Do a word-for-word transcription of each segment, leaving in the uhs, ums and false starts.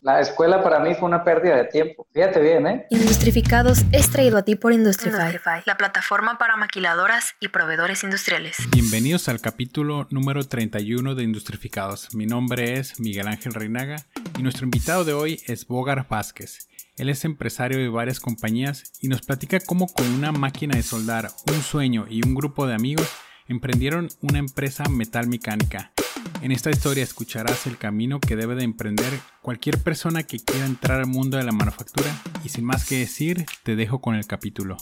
La escuela para mí fue una pérdida de tiempo. Fíjate bien, ¿eh? Industrificados es traído a ti por Industrify, Industrify, la plataforma para maquiladoras y proveedores industriales. Bienvenidos al capítulo número treinta y uno de Industrificados. Mi nombre es Miguel Ángel Reinaga y nuestro invitado de hoy es Bogar Vázquez. Él es empresario de varias compañías y nos platica cómo con una máquina de soldar, un sueño y un grupo de amigos emprendieron una empresa metalmecánica. En esta historia escucharás el camino que debe de emprender cualquier persona que quiera entrar al mundo de la manufactura y sin más que decir, te dejo con el capítulo.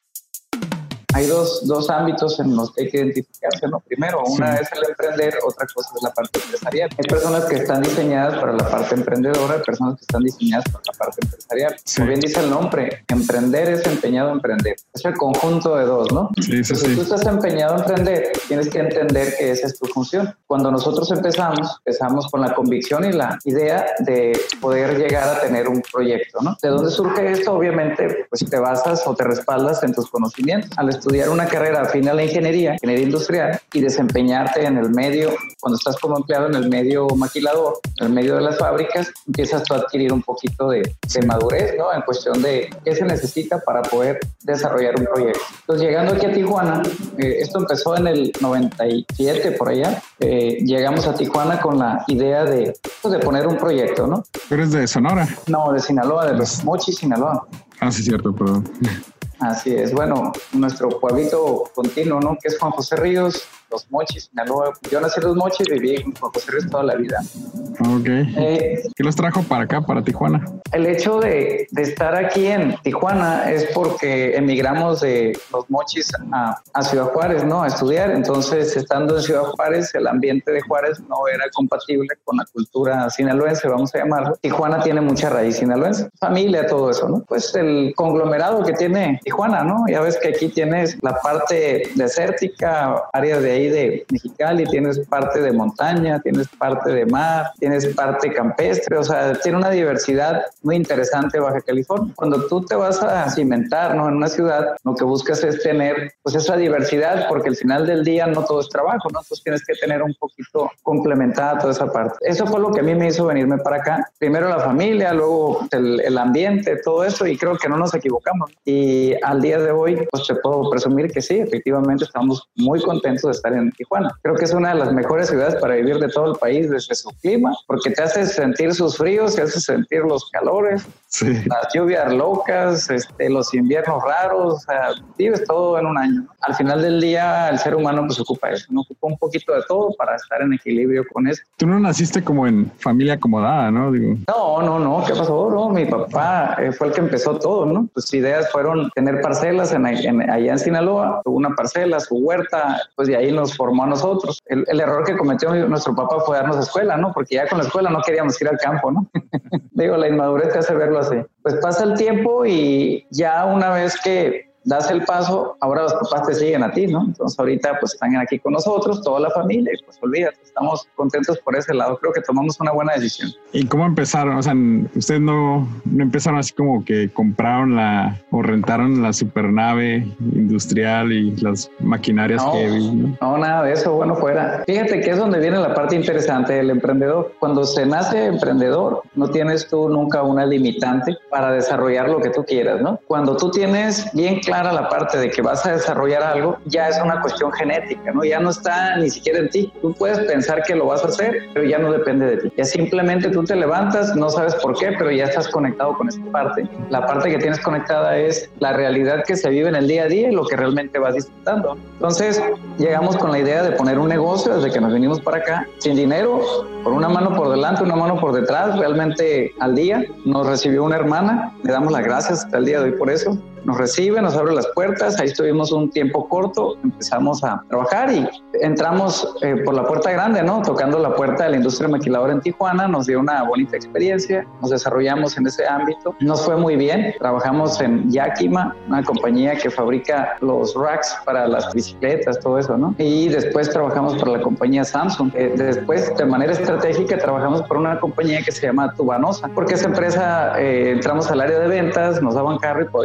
Hay dos, dos ámbitos en los que hay que identificarse, ¿no? Primero, una sí. es el emprender, otra cosa es la parte empresarial. Hay personas que están diseñadas para la parte emprendedora, hay personas que están diseñadas para la parte empresarial. Sí. Como bien dice el nombre, emprender es empeñado a emprender. Es el conjunto de dos, ¿no? Sí, sí, Entonces, sí. Si tú estás empeñado a emprender, tienes que entender que esa es tu función. Cuando nosotros empezamos, empezamos con la convicción y la idea de poder llegar a tener un proyecto, ¿no? ¿De dónde surge esto? Obviamente, pues te basas o te respaldas en tus conocimientos. Al estudiar una carrera afín a la ingeniería, ingeniería industrial, y desempeñarte en el medio, cuando estás como empleado en el medio maquilador, en el medio de las fábricas, empiezas tú a adquirir un poquito de, de madurez, ¿no? En cuestión de qué se necesita para poder desarrollar un proyecto. Entonces, llegando aquí a Tijuana, eh, esto empezó en el noventa y siete, por allá, eh, llegamos a Tijuana con la idea de, pues, de poner un proyecto, ¿no? ¿Tú eres de Sonora? No, de Sinaloa, de los Mochis, Sinaloa. Ah, sí, cierto, perdón. Así es, bueno, nuestro pueblito continuo, ¿no? Que es Juan José Ríos, Los Mochis, Sinaloa. Yo nací en Los Mochis y viví en Juan José Ríos toda la vida. Ok. Eh, ¿Qué los trajo para acá, para Tijuana? El hecho de, de estar aquí en Tijuana es porque emigramos de Los Mochis a, a Ciudad Juárez, ¿no? A estudiar. Entonces, estando en Ciudad Juárez, el ambiente de Juárez no era compatible con la cultura sinaloense, vamos a llamarlo. Tijuana tiene mucha raíz sinaloense, familia, todo eso, ¿no? Pues el conglomerado que tiene Tijuana, ¿no? Ya ves que aquí tienes la parte desértica, áreas de ahí de Mexicali, tienes parte de montaña, tienes parte de mar, tienes parte campestre, o sea, tiene una diversidad muy interesante Baja California. Cuando tú te vas a cimentar, ¿no? En una ciudad, lo que buscas es tener, pues, esa diversidad, porque al final del día no todo es trabajo, ¿no? Entonces tienes que tener un poquito complementada toda esa parte. Eso fue lo que a mí me hizo venirme para acá. Primero la familia, luego el, el ambiente, todo eso, y creo que no nos equivocamos. Y al día de hoy, pues te puedo presumir que sí, efectivamente estamos muy contentos de estar en Tijuana. Creo que es una de las mejores ciudades para vivir de todo el país desde su clima, porque te hace sentir sus fríos, te hace sentir los calores, sí. las lluvias locas, este, los inviernos raros, o sea, vives todo en un año. Al final del día, el ser humano pues ocupa eso, ¿no? Ocupa un poquito de todo para estar en equilibrio con eso. Tú no naciste como en familia acomodada, ¿no? Digo. No, no, no, ¿qué pasó? No, mi papá eh, fue el que empezó todo, ¿no? Sus ideas fueron tener parcelas en, en, allá en Sinaloa, tuvo una parcela, su huerta, pues de ahí nos formó a nosotros. El, el error que cometió nuestro papá fue darnos escuela, ¿no? Porque ya con la escuela no queríamos ir al campo, ¿no? Digo, la inmadurez te hace verlo así. Pues pasa el tiempo y ya una vez que das el paso, ahora los papás te siguen a ti, ¿no? Entonces ahorita pues están aquí con nosotros, toda la familia, y pues olvídate, estamos contentos por ese lado. Creo que tomamos una buena decisión. ¿Y cómo empezaron? O sea, ustedes no, no empezaron así como que compraron la o rentaron la supernave industrial y las maquinarias no, que vi, ¿no? No, nada de eso, bueno, fuera. Fíjate que es donde viene la parte interesante del emprendedor. Cuando se nace emprendedor, no tienes tú nunca una limitante para desarrollar lo que tú quieras, ¿no? Cuando tú tienes bien claro la parte de que vas a desarrollar algo, ya es una cuestión genética, ¿no? Ya no está ni siquiera en ti. Tú puedes pensar que lo vas a hacer, pero ya no depende de ti. Ya simplemente tú te levantas, no sabes por qué, pero ya estás conectado con esa parte. La parte que tienes conectada es la realidad que se vive en el día a día y lo que realmente vas disfrutando. Entonces, llegamos con la idea de poner un negocio desde que nos vinimos para acá, sin dinero, con una mano por delante, una mano por detrás, realmente al día. Nos recibió una hermana, le damos las gracias hasta el día de hoy por eso. Nos recibe, nos abre las puertas, ahí estuvimos un tiempo corto, empezamos a trabajar y entramos eh, por la puerta grande, ¿no? Tocando la puerta de la industria maquiladora en Tijuana, nos dio una bonita experiencia, nos desarrollamos en ese ámbito, nos fue muy bien, trabajamos en Yakima, una compañía que fabrica los racks para las bicicletas, todo eso, ¿no? Y después trabajamos para la compañía Samsung. Eh, después, de manera estratégica, trabajamos por una compañía que se llama Tubanosa, porque esa empresa eh, entramos al área de ventas, nos daban carro y podíamos mover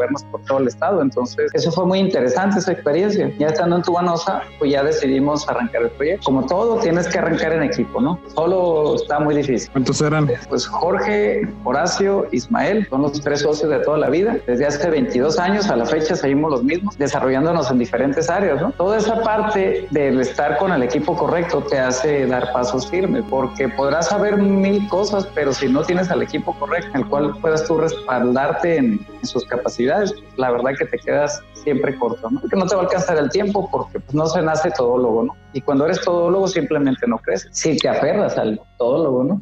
movernos por todo el estado. Entonces, eso fue muy interesante, esa experiencia. Ya estando en Tubanosa, pues ya decidimos arrancar el proyecto. Como todo, tienes que arrancar en equipo, ¿no? Solo está muy difícil. ¿Cuántos eran? Pues Jorge, Horacio, Ismael, son los tres socios de toda la vida. Desde hace veintidós años a la fecha seguimos los mismos, desarrollándonos en diferentes áreas, ¿no? Toda esa parte del estar con el equipo correcto te hace dar pasos firmes, porque podrás saber mil cosas, pero si no tienes al equipo correcto, en el cual puedas tú respaldarte en, en sus capacidades, pues la verdad que te quedas siempre corto, ¿no? Porque no te va a alcanzar el tiempo, porque pues, no se nace todólogo, ¿no? Y cuando eres todólogo simplemente no creces. Si te aferras al todólogo, ¿no?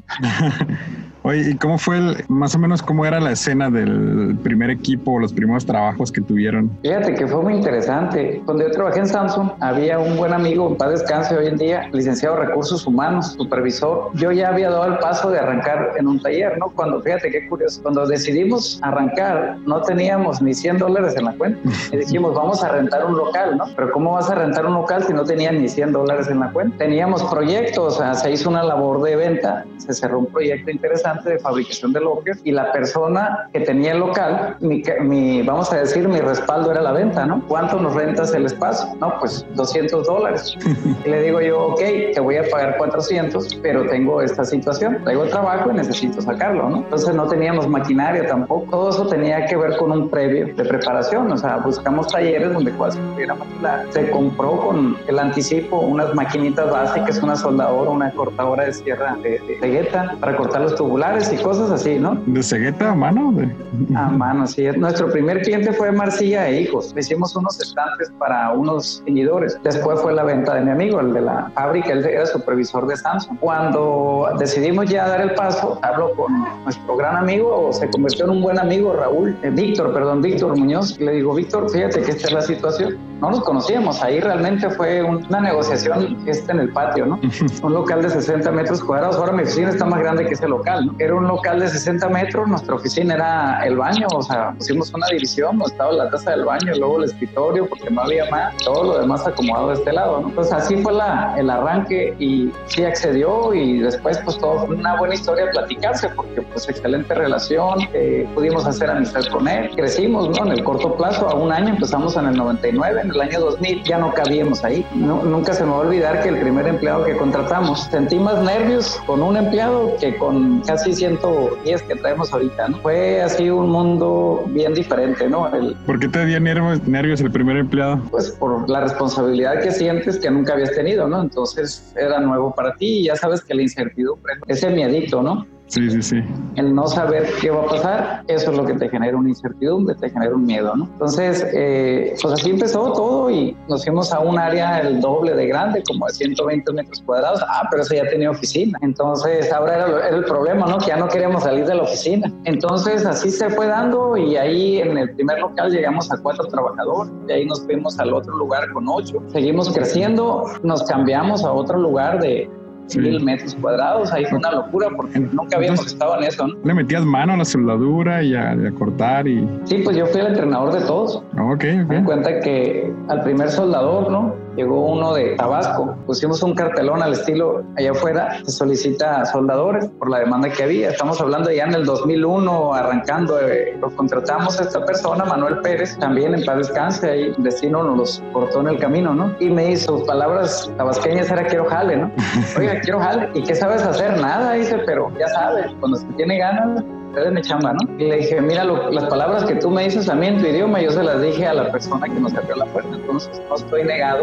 Oye, ¿y cómo fue el, más o menos cómo era la escena del primer equipo o los primeros trabajos que tuvieron? Fíjate que fue muy interesante. Cuando yo trabajé en Samsung, había un buen amigo, en paz descanse hoy en día, licenciado en Recursos Humanos, supervisor. Yo ya había dado el paso de arrancar en un taller, ¿no? Cuando, fíjate qué curioso, cuando decidimos arrancar, no teníamos ni cien dólares en la cuenta. Y dijimos, vamos a rentar un local, ¿no? Pero ¿cómo vas a rentar un local si no tenían ni cien dólares en la cuenta? Teníamos proyectos, o sea, se hizo una labor de venta, se cerró un proyecto interesante de fabricación de lockers y la persona que tenía el local, mi, mi, vamos a decir, mi respaldo era la venta, ¿no? ¿Cuánto nos rentas el espacio? No, pues doscientos dólares. Y le digo yo, ok, te voy a pagar cuatrocientos, pero tengo esta situación, traigo el trabajo y necesito sacarlo, ¿no? Entonces no teníamos maquinaria tampoco. Todo eso tenía que ver con un previo de preparación, o sea, buscamos talleres donde se pudiera maquilar. Se compró con el anticipo unas maquinitas básicas, una soldadora, una cortadora de sierra de, de cegueta para cortar los tubulares y cosas así, ¿no? ¿De cegueta a mano? De... A mano, sí. Nuestro primer cliente fue Marcilla e Hijos. Le hicimos unos estantes para unos teñidores. Después fue la venta de mi amigo, el de la fábrica. Él era supervisor de Samsung. Cuando decidimos ya dar el paso, hablo con nuestro gran amigo, se convirtió en un buen amigo, Raúl, eh, Víctor, perdón, Víctor Muñoz. Y le digo, Víctor, fíjate que esta es la situación. No nos conocíamos. Ahí realmente fue una negociación este en el patio, ¿no? Un local de sesenta metros cuadrados. Ahora mi oficina está más grande que ese local, ¿no? Era un local de sesenta metros, nuestra oficina era el baño, o sea, pusimos una división, estaba la taza del baño, luego el escritorio, porque no había más, todo lo demás acomodado de este lado, ¿no? Entonces así fue la, el arranque y sí accedió y después pues todo fue una buena historia platicarse, porque pues excelente relación, eh, pudimos hacer amistad con él, crecimos, ¿no? En el corto plazo, a un año, empezamos en el noventa y nueve, en el año dos mil ya no cabíamos ahí. No, nunca se me va a olvidar que el primer empleado que contratamos, sentí más nervios con un empleado que con casi ciento diez que traemos ahorita, ¿no? Fue así un mundo bien diferente, ¿no? El, ¿Por qué te dio nervios, nervios el primer empleado? Pues por la responsabilidad que sientes que nunca habías tenido, ¿no? Entonces era nuevo para ti y ya sabes que la incertidumbre, ese miedito, ¿no? Sí, sí, sí. El no saber qué va a pasar, eso es lo que te genera una incertidumbre, te genera un miedo, ¿no? Entonces, eh, pues así empezó todo y nos fuimos a un área el doble de grande, como de ciento veinte metros cuadrados. Ah, pero eso ya tenía oficina. Entonces, ahora era, era el problema, ¿no? Que ya no queríamos salir de la oficina. Entonces, así se fue dando y ahí en el primer local llegamos a cuatro trabajadores. De ahí nos fuimos al otro lugar con ocho. Seguimos creciendo, nos cambiamos a otro lugar de Sí. mil metros cuadrados, ahí fue una locura porque nunca habíamos Entonces, estado en eso, ¿no? ¿Le metías mano a la soldadura y a, a cortar? y Sí, pues yo fui el entrenador de todos. Ok, ok. Me di cuenta que al primer soldador, ¿no? Llegó uno de Tabasco, pusimos un cartelón al estilo allá afuera, se solicita soldadores por la demanda que había. Estamos hablando ya en el dos mil uno, arrancando, eh, lo contratamos a esta persona, Manuel Pérez, también en paz descanse, ahí el destino nos los cortó en el camino, ¿no? Y me hizo, sus palabras tabasqueñas era quiero jale, ¿no? Oiga, quiero jale. ¿Y qué sabes hacer? Nada, dice, pero ya sabes, cuando se tiene ganas, ustedes me chamba, ¿no? Y le dije, mira, lo, las palabras que tú me dices a mí en tu idioma, yo se las dije a la persona que nos abrió la puerta, entonces no estoy negado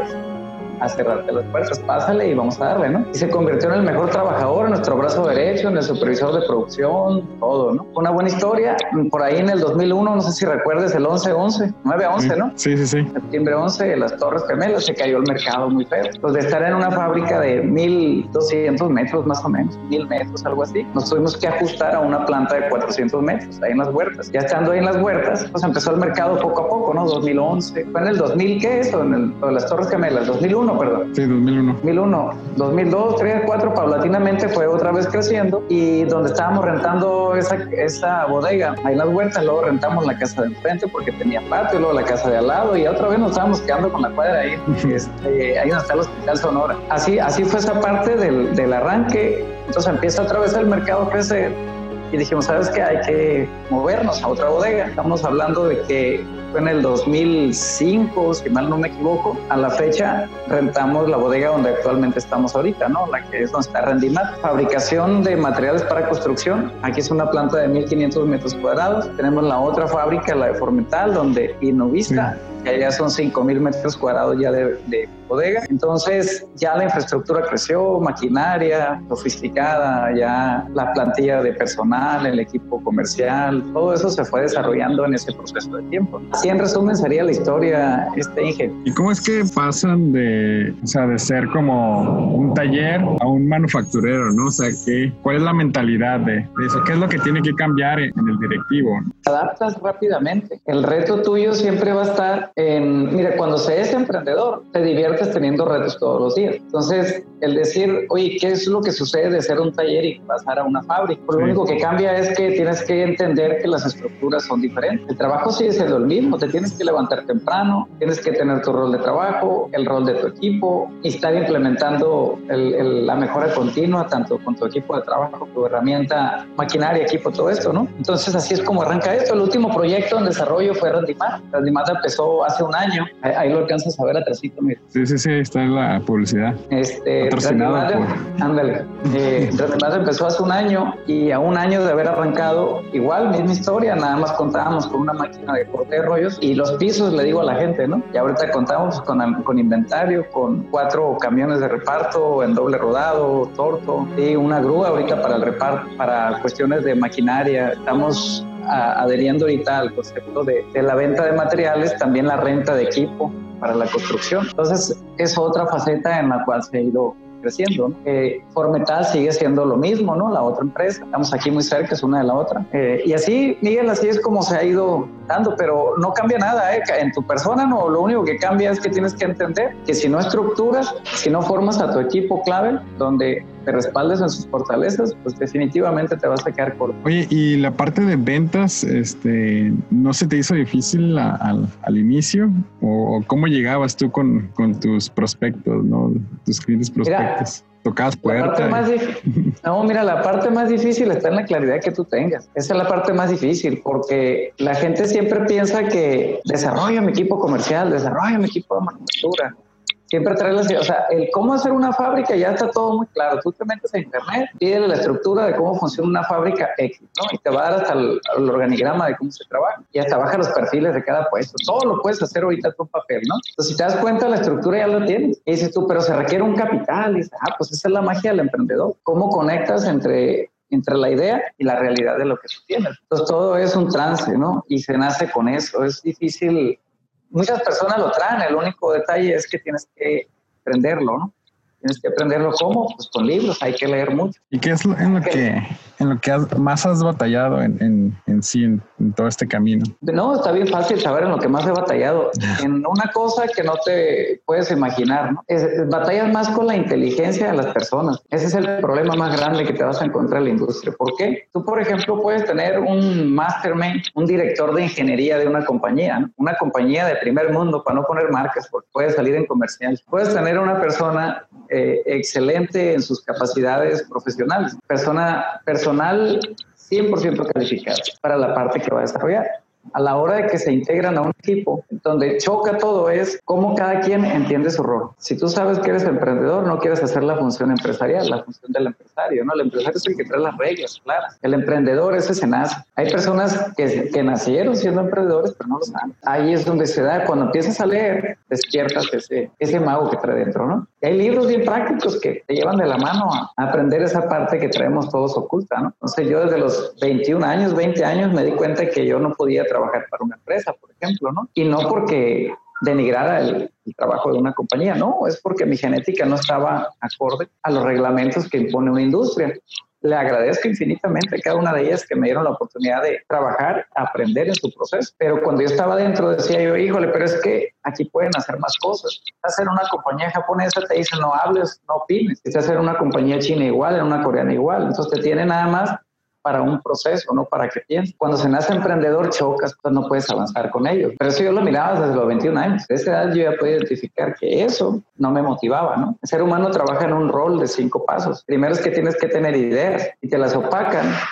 a cerrarte las puertas, pásale y vamos a darle, ¿no? Y se convirtió en el mejor trabajador, en nuestro brazo derecho, en el supervisor de producción, todo, ¿no? Una buena historia. Por ahí en el dos mil uno, no sé si recuerdes, el once once, nueve once, ¿no? Sí, sí, sí. Septiembre once, las Torres Gemelas, se cayó el mercado muy feo. Pues de estar en una fábrica de mil doscientos metros más o menos, mil metros, algo así, nos tuvimos que ajustar a una planta de cuatrocientos metros, ahí en las huertas. Ya estando ahí en las huertas, pues empezó el mercado poco a poco, ¿no? dos mil once, fue en el dos mil, ¿qué es eso? En el, lo de las Torres Gemelas, dos mil uno, perdón. Sí, dos mil uno. dos mil uno, dos mil dos, dos mil tres, dos mil cuatro, paulatinamente fue otra vez creciendo y donde estábamos rentando esa, esa bodega, ahí en las huertas, luego rentamos la casa de enfrente porque tenía patio, luego la casa de al lado y otra vez nos estábamos quedando con la cuadra ahí, este, ahí donde está el Hospital Sonora. Así, así fue esa parte del, del arranque, entonces empieza otra vez el mercado a crecer y dijimos, ¿sabes qué? Hay que movernos a otra bodega. Estamos hablando de que fue en el dos mil cinco, si mal no me equivoco. A la fecha rentamos la bodega donde actualmente estamos ahorita, ¿no? La que es donde está Rendimat. Fabricación de materiales para construcción. Aquí es una planta de mil quinientos metros cuadrados. Tenemos la otra fábrica, la de Formetal, donde Innovista, sí, que allá son cinco mil metros cuadrados ya de, de bodega. Entonces ya la infraestructura creció, maquinaria sofisticada, ya la plantilla de personal, el equipo comercial, todo eso se fue desarrollando en ese proceso de tiempo. Así en resumen sería la historia, este Inge. ¿Y cómo es que pasan de, o sea, de ser como un taller a un manufacturero, ¿no? O sea, ¿qué, ¿cuál es la mentalidad de, de eso? ¿Qué es lo que tiene que cambiar en, en el directivo? Te adaptas rápidamente. El reto tuyo siempre va a estar en, mira, cuando se es emprendedor, te diviertes teniendo retos todos los días. Entonces, el decir, oye, ¿qué es lo que sucede de ser un taller y pasar a una fábrica? Pues sí. Lo único que cambia es que tienes que entender que las estructuras son diferentes. El trabajo sigue siendo el mismo, te tienes que levantar temprano, tienes que tener tu rol de trabajo, el rol de tu equipo y estar implementando el, el, la mejora continua, tanto con tu equipo de trabajo, tu herramienta, maquinaria, equipo, todo esto, ¿no? Entonces, así es como arranca esto. El último proyecto en desarrollo fue Rendimat. Rendimat empezó hace un año. Ahí lo alcanzas a ver atrásito, mira. Sí, sí, sí, está en la publicidad. Este, Rendimat, por... ándale. Eh, Rendimat empezó hace un año y a un año de haber arrancado, igual, misma historia, nada más contábamos con una máquina de corte de rollos y los pisos, le digo a la gente, ¿no? Y ahorita contamos con, con inventario, con cuatro camiones de reparto en doble rodado, torto, y una grúa ahorita para el reparto, para cuestiones de maquinaria. Estamos a, adheriendo ahorita al concepto de, de la venta de materiales, también la renta de equipo para la construcción. Entonces, es otra faceta en la cual se ha ido creciendo, ¿no? Eh, Formetal sigue siendo lo mismo, ¿no? La otra empresa, estamos aquí muy cerca, es una de la otra. Eh, y así, Miguel, así es como se ha ido dando, pero no cambia nada, ¿eh? En tu persona no, lo único que cambia es que tienes que entender que si no estructuras, si no formas a tu equipo clave, donde te respaldes en sus fortalezas, pues definitivamente te vas a quedar corto. Oye, y la parte de ventas, este, ¿no se te hizo difícil a, a, al inicio? ¿O, o cómo llegabas tú con, con tus prospectos, ¿no? Tus clientes prospectos? Mira, tocabas puertas. Y... No, mira, la parte más difícil está en la claridad que tú tengas. Esa es la parte más difícil, porque la gente siempre piensa que desarrollo mi equipo comercial, desarrollo mi equipo de manufactura. Siempre trae las... O sea, el cómo hacer una fábrica ya está todo muy claro. Tú te metes a internet, pídele la estructura de cómo funciona una fábrica X, ¿no? Y te va a dar hasta el, el organigrama de cómo se trabaja. Y hasta baja los perfiles de cada puesto. Todo lo puedes hacer ahorita con papel, ¿no? Entonces, si te das cuenta, la estructura ya la tienes. Y dices tú, pero se requiere un capital. Y dices, ah, pues esa es la magia del emprendedor. ¿Cómo conectas entre... entre la idea y la realidad de lo que tú tienes? Entonces, todo es un trance, ¿no? Y se nace con eso. Es difícil... Muchas personas lo traen, el único detalle es que tienes que aprenderlo, ¿no? Tienes que aprenderlo ¿cómo? Pues con libros, hay que leer mucho. ¿Y qué es en lo que, en lo que has, más has batallado en, en, en sí, en, en todo este camino? No, está bien fácil saber en lo que más he batallado. En una cosa que no te puedes imaginar, ¿no? Es, es, batallas más con la inteligencia de las personas. Ese es el problema más grande que te vas a encontrar en la industria. ¿Por qué? Tú, por ejemplo, puedes tener un mastermind, un director de ingeniería de una compañía, ¿no? Una compañía de primer mundo, para no poner marcas, porque puede salir en comercial. Puedes tener una persona eh, excelente en sus capacidades profesionales, persona, personal cien por ciento calificado para la parte que va a desarrollar. A la hora de que se integran a un equipo, donde choca todo es cómo cada quien entiende su rol. Si tú sabes que eres emprendedor, no quieres hacer la función empresarial, la función del empresario, ¿no? El empresario es el que trae las reglas claras. El emprendedor, ese se nace. Hay personas que, que nacieron siendo emprendedores, pero no lo saben. Ahí es donde se da, cuando empiezas a leer, despiertas ese, ese mago que trae dentro, ¿no? Y hay libros bien prácticos que te llevan de la mano a aprender esa parte que traemos todos oculta, ¿no? Entonces yo desde los veintiún años, veinte años, me di cuenta que yo no podía trabajar para una empresa, por ejemplo, ¿no? Y no porque denigrara el, el trabajo de una compañía, no, es porque mi genética no estaba acorde a los reglamentos que impone una industria. Le agradezco infinitamente a cada una de ellas que me dieron la oportunidad de trabajar, aprender en su proceso. Pero cuando yo estaba dentro decía yo, híjole, pero es que aquí pueden hacer más cosas. Hacer una compañía japonesa te dice no hables, no opines. Si hacer una compañía china igual, en una coreana igual. Entonces te tiene nada más para un proceso, no para que pienses. Cuando se nace emprendedor, chocas, pues no puedes avanzar con ellos. Pero eso yo lo miraba desde los veintiún años. De esa edad yo ya podía identificar que eso no me motivaba, ¿no? El ser humano trabaja en un rol de cinco pasos. Primero es que tienes que tener ideas y te las opacan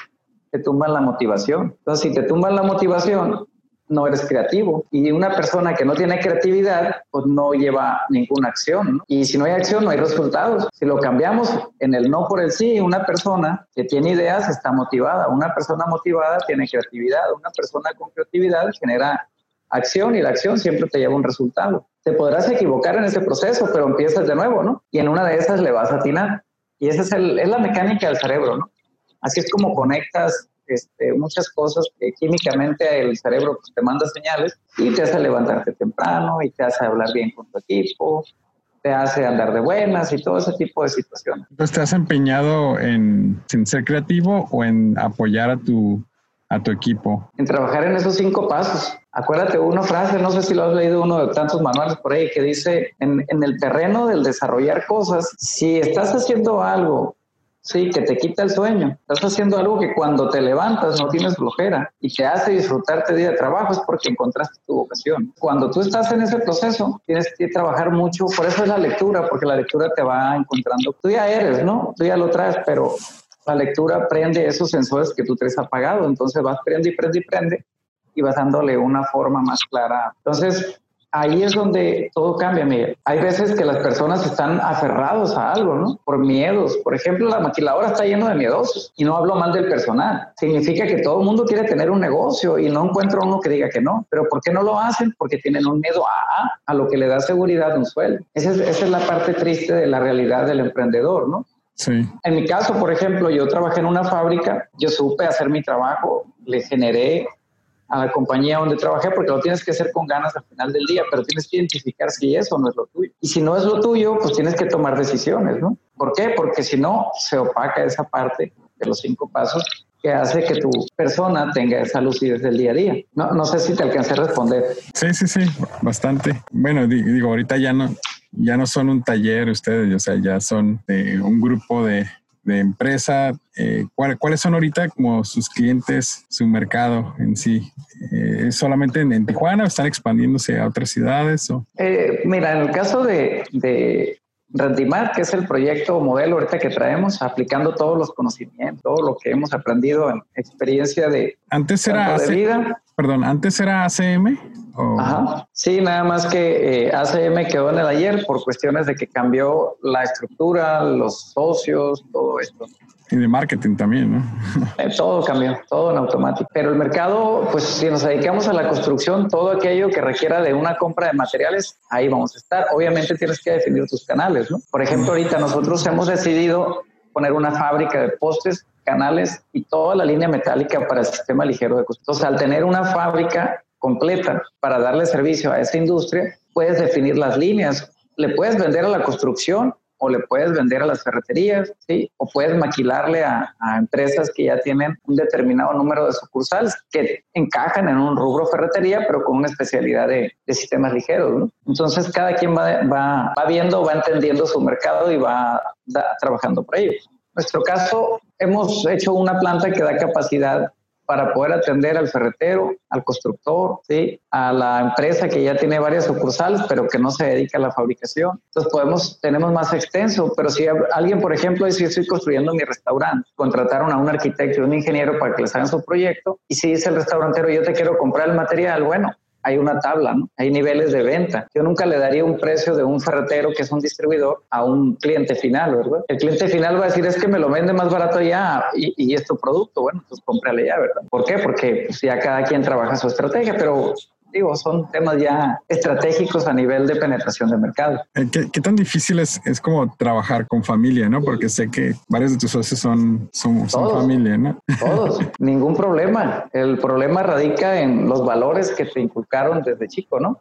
te tumban la motivación. Entonces, si te tumban la motivación, no eres creativo. Y una persona que no tiene creatividad, pues no lleva ninguna acción, ¿no? Y si no hay acción, no hay resultados. Si lo cambiamos en el no por el sí, una persona que tiene ideas está motivada. Una persona motivada tiene creatividad. Una persona con creatividad genera acción y la acción siempre te lleva un resultado. Te podrás equivocar en ese proceso, pero empiezas de nuevo, ¿no? Y en una de esas le vas a atinar. Y esa es, el, es la mecánica del cerebro, ¿no? Así es como conectas Este, muchas cosas que químicamente el cerebro pues, te manda señales y te hace levantarte temprano y te hace hablar bien con tu equipo, te hace andar de buenas y todo ese tipo de situaciones. Entonces, ¿te has empeñado en, en ser creativo o en apoyar a tu, a tu equipo? En trabajar en esos cinco pasos. Acuérdate una frase, no sé si lo has leído uno de tantos manuales por ahí, que dice, en, en el terreno del desarrollar cosas, si estás haciendo algo sí, que te quita el sueño. Estás haciendo algo que cuando te levantas no tienes flojera y te hace disfrutarte día de trabajo, es porque encontraste tu vocación. Cuando tú estás en ese proceso, tienes que trabajar mucho. Por eso es la lectura, porque la lectura te va encontrando. Tú ya eres, ¿no? Tú ya lo traes, pero la lectura prende esos sensores que tú traes apagados. Entonces vas prende y prende y prende y vas dándole una forma más clara. Entonces, ahí es donde todo cambia, Miguel. Hay veces que las personas están aferrados a algo, ¿no? Por miedos. Por ejemplo, la maquiladora está lleno de miedosos. Y no hablo mal del personal. Significa que todo el mundo quiere tener un negocio y no encuentra uno que diga que no. ¿Pero por qué no lo hacen? Porque tienen un miedo a, a lo que le da seguridad, un sueldo. Esa es, esa es la parte triste de la realidad del emprendedor, ¿no? Sí. En mi caso, por ejemplo, yo trabajé en una fábrica. Yo supe hacer mi trabajo. Le generé a la compañía donde trabajé, porque lo tienes que hacer con ganas al final del día, pero tienes que identificar si eso no es lo tuyo. Y si no es lo tuyo, pues tienes que tomar decisiones, ¿no? ¿Por qué? Porque si no, se opaca esa parte de los cinco pasos que hace que tu persona tenga esa lucidez del día a día. No, no sé si te alcancé a responder. Sí, sí, sí, bastante. Bueno, digo, ahorita ya no, ya no son un taller ustedes, o sea, ya son eh, un grupo de de empresa. Eh, ¿cuál, ¿Cuáles son ahorita como sus clientes, su mercado en sí? Eh, ¿Es solamente en, en Tijuana o están expandiéndose a otras ciudades? O? Eh, mira, en el caso de, de Rendimar, que es el proyecto modelo ahorita que traemos, aplicando todos los conocimientos, todo lo que hemos aprendido en experiencia de, antes era de A C, vida. Perdón, ¿antes era A C M? Oh. Ajá. Sí, nada más que eh, A C M quedó en el ayer por cuestiones de que cambió la estructura, los socios, todo esto. Y de marketing también, ¿no? Eh, todo cambió, todo en automático. Pero el mercado, pues si nos dedicamos a la construcción, todo aquello que requiera de una compra de materiales, ahí vamos a estar. Obviamente tienes que definir tus canales, ¿no? Por ejemplo, ahorita nosotros hemos decidido poner una fábrica de postes, canales y toda la línea metálica para el sistema ligero de construcción. Entonces, al tener una fábrica completa para darle servicio a esa industria, puedes definir las líneas. Le puedes vender a la construcción o le puedes vender a las ferreterías, ¿sí? O puedes maquilarle a, a empresas que ya tienen un determinado número de sucursales que encajan en un rubro ferretería, pero con una especialidad de, de sistemas ligeros, ¿no? Entonces, cada quien va, va, va viendo, va entendiendo su mercado y va da, trabajando por ello. En nuestro caso, hemos hecho una planta que da capacidad para poder atender al ferretero, al constructor, ¿sí? A la empresa que ya tiene varias sucursales, pero que no se dedica a la fabricación. Entonces podemos, tenemos más extenso, pero si alguien, por ejemplo, dice, estoy construyendo mi restaurante, contrataron a un arquitecto y un ingeniero para que les hagan su proyecto, y si dice el restaurantero, yo te quiero comprar el material, bueno, hay una tabla, ¿no? Hay niveles de venta. Yo nunca le daría un precio de un ferretero que es un distribuidor a un cliente final, ¿verdad? El cliente final va a decir, es que me lo vende más barato ya y, y es tu producto. Bueno, pues cómprale ya, ¿verdad? ¿Por qué? Porque pues, ya cada quien trabaja su estrategia, pero digo, son temas ya estratégicos a nivel de penetración de mercado. ¿Qué, qué tan difícil es, es como trabajar con familia, no? Porque sé que varios de tus socios son, son, son familia, ¿no? Todos, ningún problema. El problema radica en los valores que te inculcaron desde chico, ¿no?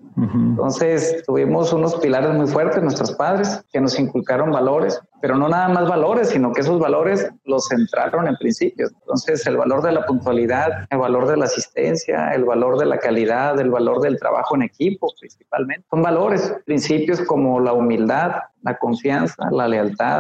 Entonces tuvimos unos pilares muy fuertes, nuestros padres, que nos inculcaron valores, pero no nada más valores, sino que esos valores los centraron en principios. Entonces el valor de la puntualidad, el valor de la asistencia, el valor de la calidad, el valor del trabajo en equipo principalmente. Son valores, principios como la humildad, la confianza, la lealtad,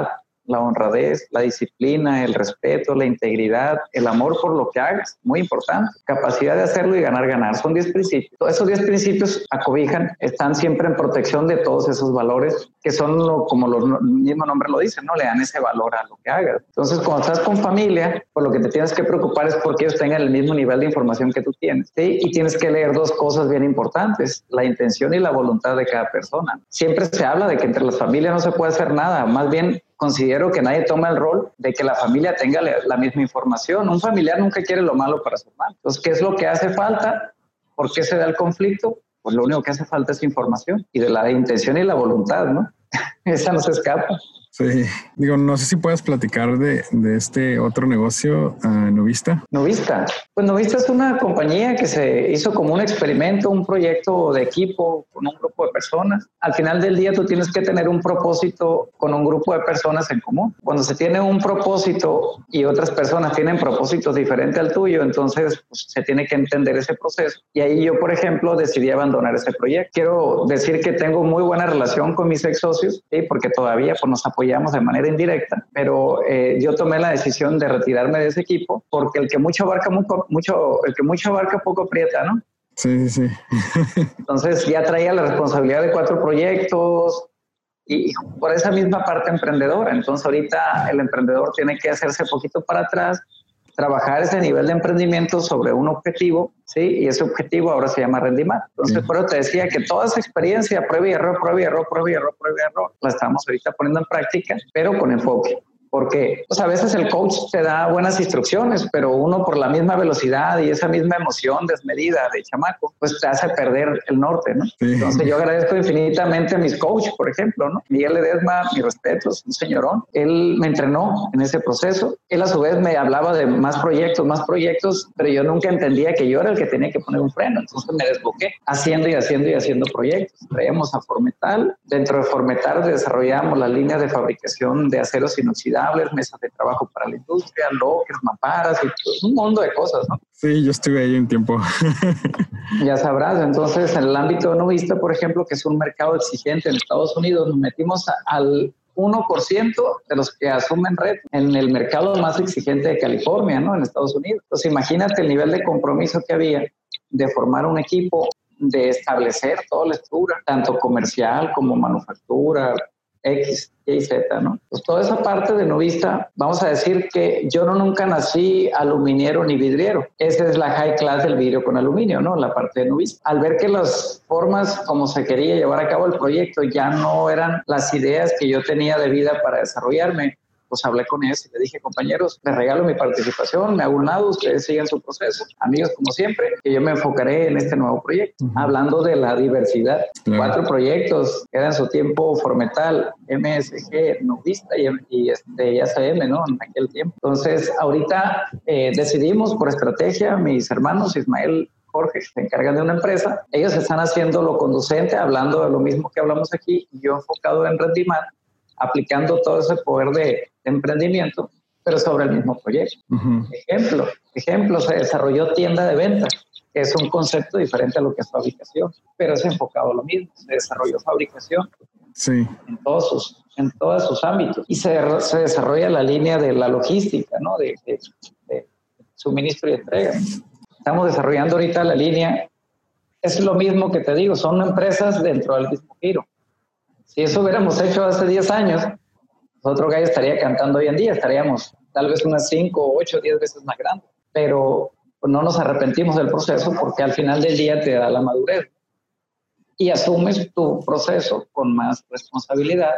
la honradez, la disciplina, el respeto, la integridad, el amor por lo que hagas, muy importante. Capacidad de hacerlo y ganar, ganar. Son diez principios. Todos esos diez principios acobijan, están siempre en protección de todos esos valores que son, lo, como lo, el mismo nombre lo dice, ¿no? Le dan ese valor a lo que hagas. Entonces, cuando estás con familia, pues lo que te tienes que preocupar es porque ellos tengan el mismo nivel de información que tú tienes, ¿sí? Y tienes que leer dos cosas bien importantes, la intención y la voluntad de cada persona. Siempre se habla de que entre las familias no se puede hacer nada, más bien considero que nadie toma el rol de que la familia tenga la misma información. Un familiar nunca quiere lo malo para su hermano. Entonces, ¿qué es lo que hace falta? ¿Por qué se da el conflicto? Pues lo único que hace falta es información y de la intención y la voluntad, ¿no? Esa no se escapa. Sí, digo, no sé si puedes platicar de, de este otro negocio, uh, Nuvista. Nuvista, pues Nuvista es una compañía que se hizo como un experimento, un proyecto de equipo con un grupo de personas. Al final del día tú tienes que tener un propósito con un grupo de personas en común. Cuando se tiene un propósito y otras personas tienen propósitos diferentes al tuyo, entonces pues, se tiene que entender ese proceso. Y ahí yo, por ejemplo, decidí abandonar ese proyecto. Quiero decir que tengo muy buena relación con mis ex socios, ¿sí? Porque todavía pues, nos apoyamos de manera indirecta, pero eh, yo tomé la decisión de retirarme de ese equipo porque el que mucho abarca mucho, mucho el que mucho abarca poco aprieta, ¿no? Sí, sí. Entonces ya traía la responsabilidad de cuatro proyectos y, y por esa misma parte emprendedora. Entonces ahorita el emprendedor tiene que hacerse poquito para atrás, trabajar ese nivel de emprendimiento sobre un objetivo, ¿sí? Y ese objetivo ahora se llama Rendimat. Entonces, sí. Por eso te decía que toda esa experiencia, prueba y error, prueba y error, prueba y error, prueba y error, la estamos ahorita poniendo en práctica, pero con enfoque. Porque pues, a veces el coach te da buenas instrucciones, pero uno por la misma velocidad y esa misma emoción desmedida de chamaco, pues te hace perder el norte, ¿no? Sí. Entonces yo agradezco infinitamente a mis coaches, por ejemplo, ¿no? Miguel Ledesma, mis respetos, un señorón. Él me entrenó en ese proceso. Él a su vez me hablaba de más proyectos, más proyectos, pero yo nunca entendía que yo era el que tenía que poner un freno. Entonces me desboqué haciendo y haciendo y haciendo proyectos. Traíamos a Formetal. Dentro de Formetal desarrollamos las líneas de fabricación de aceros inoxidables, mesas de trabajo para la industria, lockers, mamparas y pues, un mundo de cosas, ¿no? Sí, yo estuve ahí un tiempo. Ya sabrás, entonces en el ámbito Nuvista, por ejemplo, que es un mercado exigente en Estados Unidos, nos metimos a, al uno por ciento de los que asumen retos en el mercado más exigente de California, ¿no? En Estados Unidos. Entonces imagínate el nivel de compromiso que había de formar un equipo, de establecer toda la estructura, tanto comercial como manufactura, X, Y, Z, ¿no? Pues toda esa parte de Nuvista, vamos a decir que yo no nunca nací aluminiero ni vidriero. Esa es la high class del vidrio con aluminio, ¿no? La parte de Nuvista. Al ver que las formas como se quería llevar a cabo el proyecto ya no eran las ideas que yo tenía de vida para desarrollarme, pues hablé con ellos y le dije, compañeros, les regalo mi participación, me hago un lado, ustedes sigan su proceso. Amigos, como siempre, que yo me enfocaré en este nuevo proyecto. Uh-huh. Hablando de la diversidad. Claro. Cuatro proyectos, queda en su tiempo Formetal, M S G, Nuvista y, y este, y A C M, ¿no? En aquel tiempo. Entonces, ahorita eh, decidimos por estrategia, mis hermanos Ismael, Jorge, se encargan de una empresa, ellos están haciendo lo conducente, hablando de lo mismo que hablamos aquí, y yo enfocado en Rendimat, aplicando todo ese poder de, de emprendimiento, pero sobre el mismo proyecto. Uh-huh. Ejemplo, ejemplo, se desarrolló tienda de ventas, que es un concepto diferente a lo que es fabricación, pero es enfocado a lo mismo. Se desarrolló fabricación sí. en todos sus, en todos sus ámbitos y se, se desarrolla la línea de la logística, ¿no? De, de, de suministro y entrega. Estamos desarrollando ahorita la línea, es lo mismo que te digo, son empresas dentro del mismo giro. Si eso hubiéramos hecho hace diez años, otro gallo estaría cantando hoy en día, estaríamos tal vez unas cinco, ocho, diez veces más grandes, pero pues, no nos arrepentimos del proceso porque al final del día te da la madurez y asumes tu proceso con más responsabilidad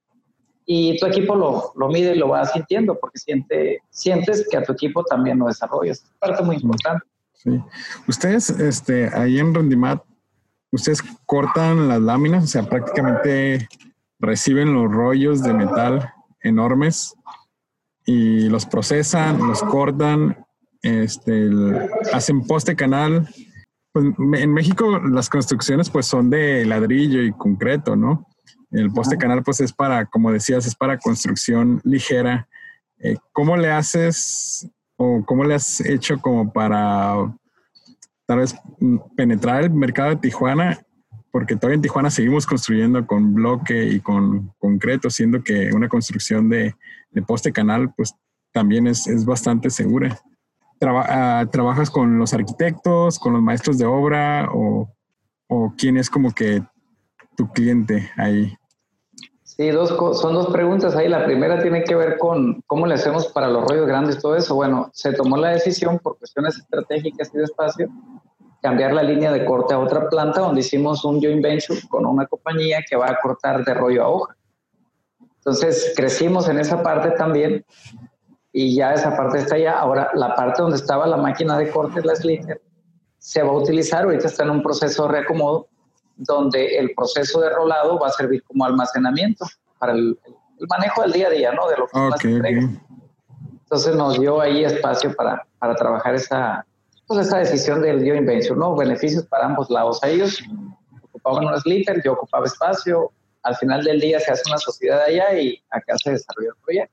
y tu equipo lo, lo mide y lo va sintiendo porque siente, sientes que a tu equipo también lo desarrollas. Es parte muy importante. Sí. Ustedes este, ahí en Rendimat, ustedes cortan las láminas, o sea, prácticamente reciben los rollos de metal enormes y los procesan, los cortan, este, el, hacen poste canal. Pues, en México las construcciones pues son de ladrillo y concreto, ¿no? El poste canal pues es para, como decías, es para construcción ligera. Eh, ¿Cómo le haces o cómo le has hecho como para tal vez penetrar el mercado de Tijuana porque todavía en Tijuana seguimos construyendo con bloque y con concreto, siendo que una construcción de, de poste canal pues también es, es bastante segura. Traba, uh, ¿Trabajas con los arquitectos, con los maestros de obra o, o quién es como que tu cliente ahí? Sí, dos, son dos preguntas ahí. La primera tiene que ver con cómo le hacemos para los rollos grandes, todo eso. Bueno, se tomó la decisión por cuestiones estratégicas y de espacio, cambiar la línea de corte a otra planta donde hicimos un joint venture con una compañía que va a cortar de rollo a hoja. Entonces crecimos en esa parte también y ya esa parte está allá. Ahora la parte donde estaba la máquina de corte, la Sliter, se va a utilizar, ahorita está en un proceso de reacomodo donde el proceso de rolado va a servir como almacenamiento para el, el manejo del día a día, ¿no? De lo que okay, más se entrega. Okay. Entonces nos dio ahí espacio para, para trabajar esa, pues esa decisión del joint venture, ¿no? Beneficios para ambos lados. A ellos ocupaban una Sliter, yo ocupaba espacio. Al final del día se hace una sociedad allá y acá se desarrolla el proyecto.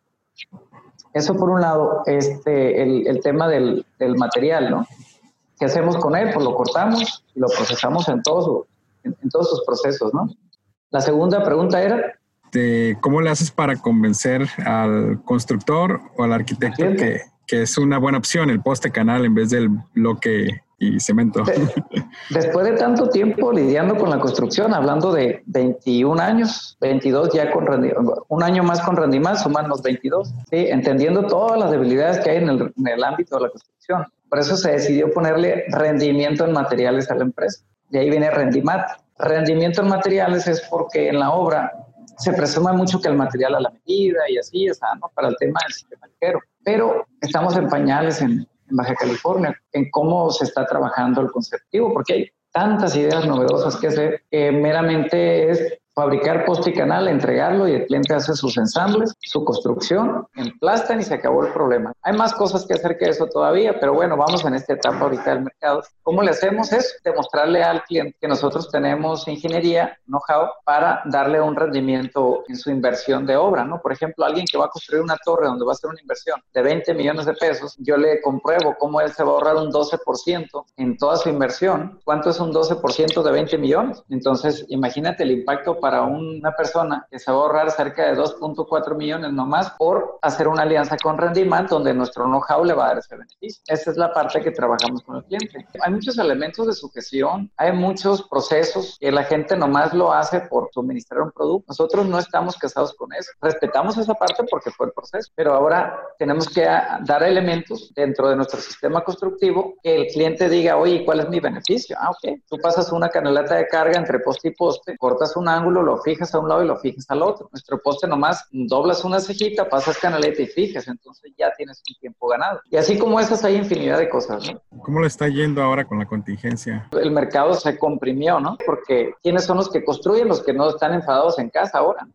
Eso por un lado, este, el, el tema del, del material, ¿no? ¿Qué hacemos con él? Pues lo cortamos y lo procesamos en todos sus En, en todos sus procesos, ¿no? La segunda pregunta era... De ¿cómo le haces para convencer al constructor o al arquitecto que, que es una buena opción el poste canal en vez del bloque y cemento? De, después de tanto tiempo lidiando con la construcción, hablando de veintiún años, veintidós ya con rendimiento, un año más con rendimiento, suman los veintidós, ¿sí? Entendiendo todas las debilidades que hay en el, en el ámbito de la construcción. Por eso se decidió ponerle rendimiento en materiales a la empresa. De ahí viene Rendimat. Rendimiento en materiales es porque en la obra se presume mucho que el material a la medida y así, o sea, ¿no? Para el tema del sistema ligero. Pero estamos en pañales en, en Baja California, en cómo se está trabajando el conceptivo, porque hay tantas ideas novedosas que hacer, que meramente es fabricar poste y canal, entregarlo y el cliente hace sus ensambles, su construcción, emplastan y se acabó el problema. Hay más cosas que hacer que eso todavía, pero bueno, vamos en esta etapa ahorita del mercado. ¿Cómo le hacemos eso? Demostrarle al cliente que nosotros tenemos ingeniería, know-how, para darle un rendimiento en su inversión de obra, ¿no? Por ejemplo, alguien que va a construir una torre donde va a hacer una inversión de veinte millones de pesos, yo le compruebo cómo él se va a ahorrar un doce por ciento en toda su inversión. ¿Cuánto es un doce por ciento de veinte millones? Entonces, imagínate el impacto para una persona que se va a ahorrar cerca de dos punto cuatro millones nomás por hacer una alianza con Rendimat donde nuestro know-how le va a dar ese beneficio. Esa es la parte que trabajamos con el cliente. Hay muchos elementos de sujeción, hay muchos procesos que la gente nomás lo hace por suministrar un producto. Nosotros no estamos casados con eso. Respetamos esa parte porque fue el proceso, pero ahora tenemos que dar elementos dentro de nuestro sistema constructivo que el cliente diga, oye, ¿cuál es mi beneficio? Ah, ok. Tú pasas una canaleta de carga entre poste y poste, cortas un ángulo, lo fijas a un lado y lo fijas al otro. Nuestro poste nomás doblas una cejita, pasas canaleta y fijas, entonces ya tienes un tiempo ganado. Y así como esas hay infinidad de cosas, ¿no? ¿Cómo le está yendo ahora con la contingencia? El mercado se comprimió, ¿no? Porque ¿quiénes son los que construyen? Los que no están enfadados en casa ahora.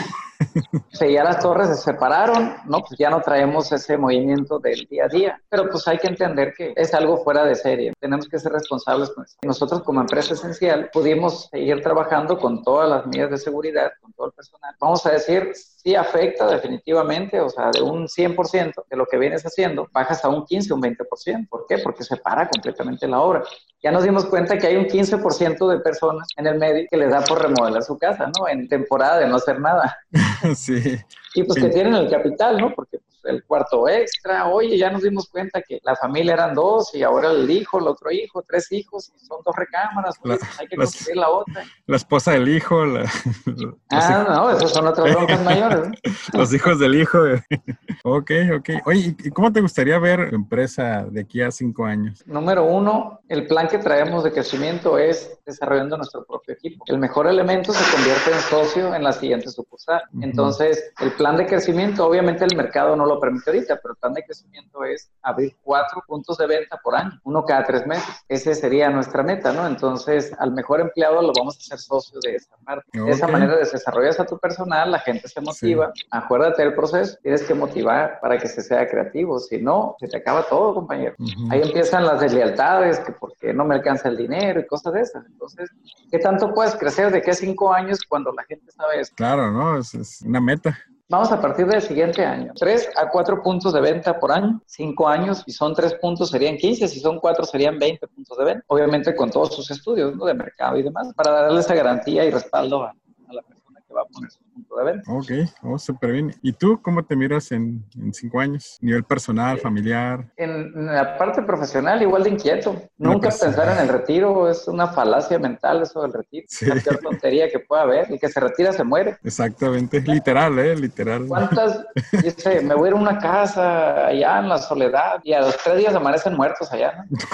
O sea, ya las torres se separaron, ¿no? Pues ya no traemos ese movimiento del día a día. Pero pues hay que entender que es algo fuera de serie. Tenemos que ser responsables con eso. Nosotros como empresa esencial pudimos seguir trabajando con todas las medidas de seguridad, con todo el personal. Vamos a decir, sí afecta definitivamente, o sea, de un cien por ciento de lo que vienes haciendo, bajas a un quince, un veinte por ciento. ¿Por qué? Porque se para completamente la obra. Ya nos dimos cuenta que hay un quince por ciento de personas en el medio que les da por remodelar su casa, ¿no? En temporada de no hacer nada. Sí. Y pues sí. que tienen el capital, ¿no? Porque pues, el cuarto extra, oye, ya nos dimos cuenta que la familia eran dos y ahora el hijo, el otro hijo, tres hijos, y son dos recámaras, oye, la, pues hay que las, construir la otra. La esposa del hijo. La, ah, no, esas son otras broncas mayores, ¿no? Los hijos del hijo. Ok, ok. Oye, ¿y cómo te gustaría ver tu empresa de aquí a cinco años? Número uno, el plan que traemos de crecimiento es desarrollando nuestro propio equipo. El mejor elemento se convierte en socio en la siguiente sucursal. Uh-huh. Entonces, el plan de crecimiento, obviamente el mercado no lo permite ahorita, pero el plan de crecimiento es abrir cuatro puntos de venta por año, uno cada tres meses. Ese sería nuestra meta, ¿no? Entonces, al mejor empleado lo vamos a hacer socio de esa parte. Okay. De esa manera desarrollas a tu personal, la gente se motiva. Sí. Acuérdate del proceso, tienes que motivar para que se sea creativo. Si no, se te acaba todo, compañero. Uh-huh. Ahí empiezan las deslealtades, que porque no me alcanza el dinero y cosas de esas. Entonces, ¿qué tanto puedes crecer de qué cinco años cuando la gente sabe eso? Claro, ¿no? Es, es una meta. Vamos a partir del siguiente año. Tres a cuatro puntos de venta por año, cinco años. Si son tres puntos serían quince, si son cuatro serían veinte puntos de venta. Obviamente con todos sus estudios, ¿no?, de mercado y demás, para darle esa garantía y respaldo a, a la persona que va a poner su punto de venta. Ok, oh, súper bien. ¿Y tú cómo te miras en, en cinco años? Nivel personal, familiar. En, en la parte profesional, igual de inquieto. Nunca pensar en el retiro es una falacia mental, eso del retiro. Sí. La peor tontería que pueda haber. El que se retira se muere. Exactamente, literal, ¿eh? Literal. ¿Cuántas? Dice, me voy a ir a una casa allá en la soledad y a los tres días amanecen muertos allá, ¿no?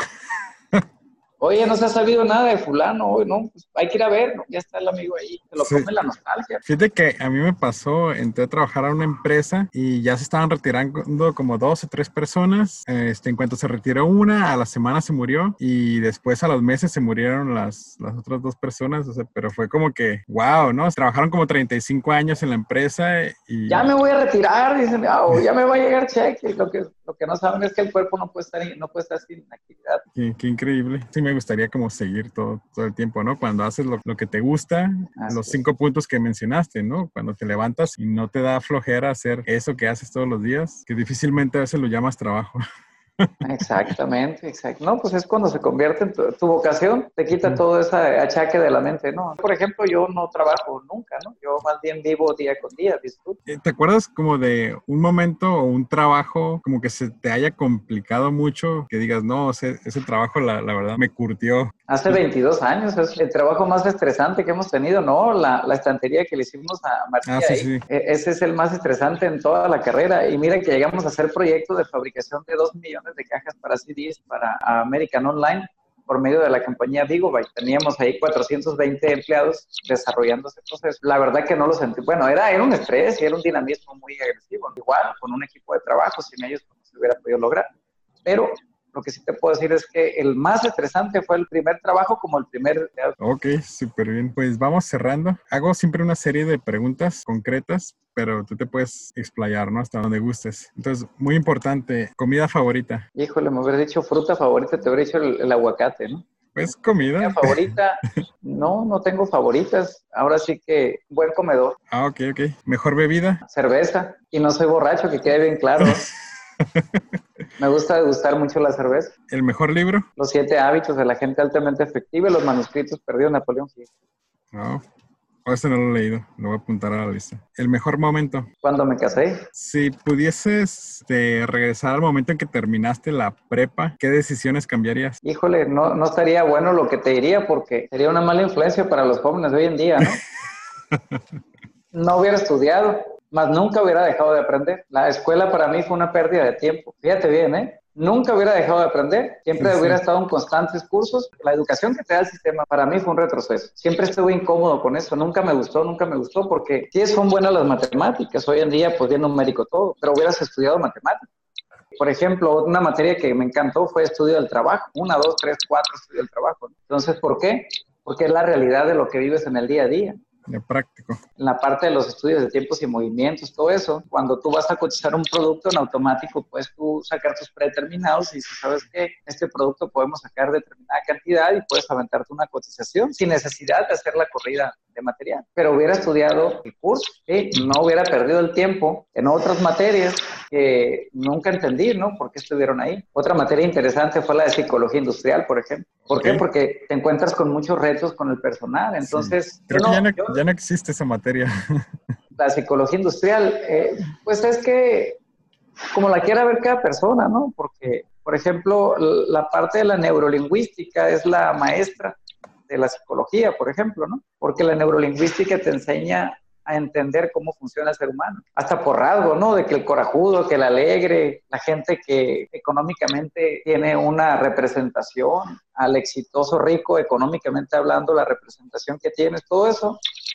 Oye, no se ha sabido nada de fulano, hoy no, pues hay que ir a ver, ¿no? Ya está el amigo ahí, se lo sí. come la nostalgia. Fíjate que a mí me pasó, entré a trabajar a una empresa y ya se estaban retirando como dos o tres personas. Este, en cuanto se retiró una, a la semana se murió y después a los meses se murieron las, las otras dos personas, o sea, pero fue como que, wow, ¿no? Trabajaron como treinta y cinco años en la empresa y... Ya me voy a retirar, dicen, oh, ya me va a llegar cheque. Lo que, lo que no saben es que el cuerpo no puede estar, no puede estar sin actividad. Qué, qué increíble. Sí, me gustaría como seguir todo, todo el tiempo, ¿no? Cuando haces lo, lo que te gusta, así los cinco es. puntos que mencionaste, ¿no? Cuando te levantas y no te da flojera hacer eso que haces todos los días, que difícilmente a veces lo llamas trabajo. Exactamente, exacto. No, pues es cuando se convierte en tu, tu vocación, te quita todo ese achaque de la mente, ¿no? Por ejemplo, yo no trabajo nunca, ¿no? Yo más bien vivo día con día, disfruto. ¿Te acuerdas como de un momento o un trabajo como que se te haya complicado mucho? Que digas, no, ese, ese trabajo la, la verdad me curtió. Hace veintidós años, es el trabajo más estresante que hemos tenido, ¿no? La, la estantería que le hicimos a Martí ah, sí, ahí. Sí. Ese es el más estresante en toda la carrera. Y mira que llegamos a hacer proyectos de fabricación de dos millones de cajas para C Ds, para American Online, por medio de la compañía Vigobyte. Teníamos ahí cuatrocientos veinte empleados desarrollando ese proceso. La verdad que no lo sentí. Bueno, era, era un estrés y era un dinamismo muy agresivo. Igual, con un equipo de trabajo, sin ellos no se hubiera podido lograr. Pero lo que sí te puedo decir es que el más estresante fue el primer trabajo como el primer... Ok, súper bien. Pues vamos cerrando. Hago siempre una serie de preguntas concretas, pero tú te puedes explayar, ¿no? Hasta donde gustes. Entonces, muy importante, comida favorita. Híjole, me hubiera dicho fruta favorita, te hubiera dicho el, el aguacate, ¿no? Pues comida. ¿Comida favorita? No, no tengo favoritas. Ahora sí que buen comedor. Ah, ok, ok. ¿Mejor bebida? Cerveza. Y no soy borracho, que quede bien claro. Me gusta degustar mucho la cerveza. ¿El mejor libro? Los siete hábitos de la gente altamente efectiva y los manuscritos perdidos de Napoleón Hill. No, oh, este no lo he leído. Lo voy a apuntar a la lista. ¿El mejor momento? Cuando me casé. Si pudieses de regresar al momento en que terminaste la prepa, ¿qué decisiones cambiarías? Híjole, no, no estaría bueno lo que te diría porque sería una mala influencia para los jóvenes de hoy en día, ¿no? No hubiera estudiado. Más nunca hubiera dejado de aprender. La escuela para mí fue una pérdida de tiempo. Fíjate bien, ¿eh? Nunca hubiera dejado de aprender. Siempre sí, hubiera sí. estado en constantes cursos. La educación que te da el sistema para mí fue un retroceso. Siempre estuve incómodo con eso. Nunca me gustó, nunca me gustó porque sí son buenas las matemáticas. Hoy en día, pues bien numérico todo, pero hubieras estudiado matemáticas. Por ejemplo, una materia que me encantó fue estudio del trabajo. Una, dos, tres, cuatro, estudio del trabajo. Entonces, ¿por qué? Porque es la realidad de lo que vives en el día a día. De práctico. En la parte de los estudios de tiempos y movimientos, todo eso, cuando tú vas a cotizar un producto en automático, puedes tú sacar tus predeterminados y si sabes que este producto podemos sacar determinada cantidad y puedes aventarte una cotización sin necesidad de hacer la corrida de material. Pero hubiera estudiado el curso, ¿sí? No hubiera perdido el tiempo en otras materias que nunca entendí, ¿no? ¿Por qué estuvieron ahí? Otra materia interesante fue la de psicología industrial, por ejemplo. ¿Por okay. qué? Porque te encuentras con muchos retos con el personal. Entonces, sí. Creo no, que ya no, yo, ya no existe esa materia. La psicología industrial, eh, pues es que como la quiera ver cada persona, ¿no? Porque, por ejemplo, la parte de la neurolingüística es la maestra de la psicología, por ejemplo, ¿no? Porque la neurolingüística te enseña a entender cómo funciona el ser humano. Hasta por rasgo, ¿no? De que el corajudo, que el alegre, la gente que económicamente tiene una representación, al exitoso rico, económicamente hablando, la representación que tienes, todo eso,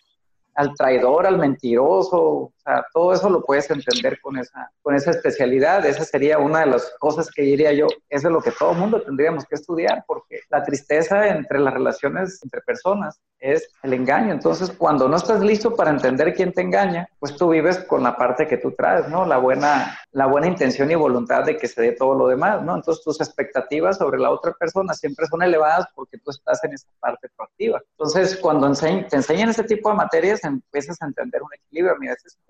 al traidor, al mentiroso, o sea, todo eso lo puedes entender con esa, con esa especialidad. Esa sería una de las cosas que diría yo, eso es lo que todo mundo tendríamos que estudiar, porque la tristeza entre las relaciones entre personas es el engaño. Entonces, cuando no estás listo para entender quién te engaña, pues tú vives con la parte que tú traes, ¿no? La buena, la buena intención y voluntad de que se dé todo lo demás, ¿no? Entonces, tus expectativas sobre la otra persona siempre son elevadas porque tú estás en esa parte proactiva. Entonces, cuando enseñ- te enseñan ese tipo de materias, empiezas a entender un equilibrio. Mira, este es un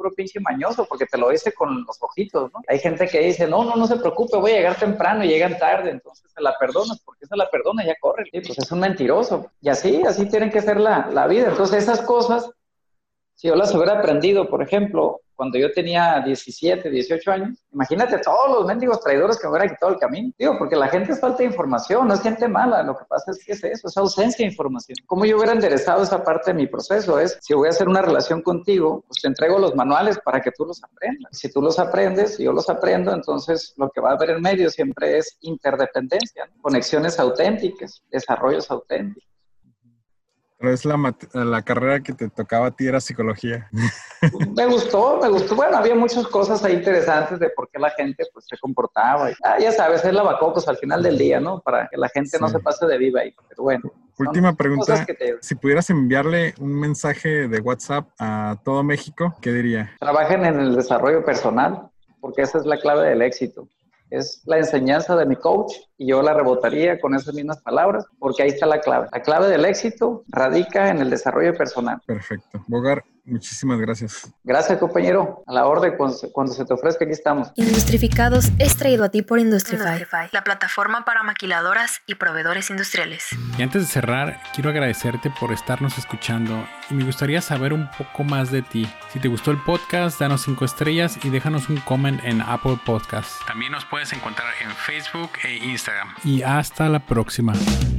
puro pinche mañoso, porque te lo dice con los ojitos, ¿no? Hay gente que dice, no, no, no se preocupe, voy a llegar temprano y llegan tarde, entonces se la perdonas, porque se la perdona, ya corre. Sí, pues es un mentiroso. Y así, así tiene que ser la, la vida. Entonces esas cosas, si yo las hubiera aprendido, por ejemplo, cuando yo tenía diecisiete, dieciocho años, imagínate todos los mendigos traidores que me hubieran quitado el camino. Digo, porque la gente es falta de información, no es gente mala, lo que pasa es que es eso, es ausencia de información. ¿Cómo yo hubiera enderezado esa parte de mi proceso? Es, si voy a hacer una relación contigo, pues te entrego los manuales para que tú los aprendas. Si tú los aprendes y yo los aprendo, entonces lo que va a haber en medio siempre es interdependencia, ¿no? Conexiones auténticas, desarrollos auténticos. Pero es la, la carrera que te tocaba a ti, era psicología. Me gustó, me gustó. Bueno, había muchas cosas ahí interesantes de por qué la gente pues se comportaba. Y, ah, ya sabes, es lavacocos al final del día, ¿no? Para que la gente sí. no se pase de viva ahí. Pero bueno. Última pregunta. Te... Si pudieras enviarle un mensaje de WhatsApp a todo México, ¿qué diría? Trabajen en el desarrollo personal, porque esa es la clave del éxito. Es la enseñanza de mi coach y yo la rebotaría con esas mismas palabras porque ahí está la clave. La clave del éxito radica en el desarrollo personal. Perfecto. Bogar, muchísimas gracias. Gracias, compañero. A la orden, cuando se, cuando se te ofrezca, aquí estamos. Industrificados es traído a ti por Industrify, Industrify, la plataforma para maquiladoras y proveedores industriales. Y antes de cerrar, quiero agradecerte por estarnos escuchando y me gustaría saber un poco más de ti. Si te gustó el podcast, danos cinco estrellas y déjanos un comment en Apple Podcasts. También nos puedes encontrar en Facebook e Instagram. Y hasta la próxima.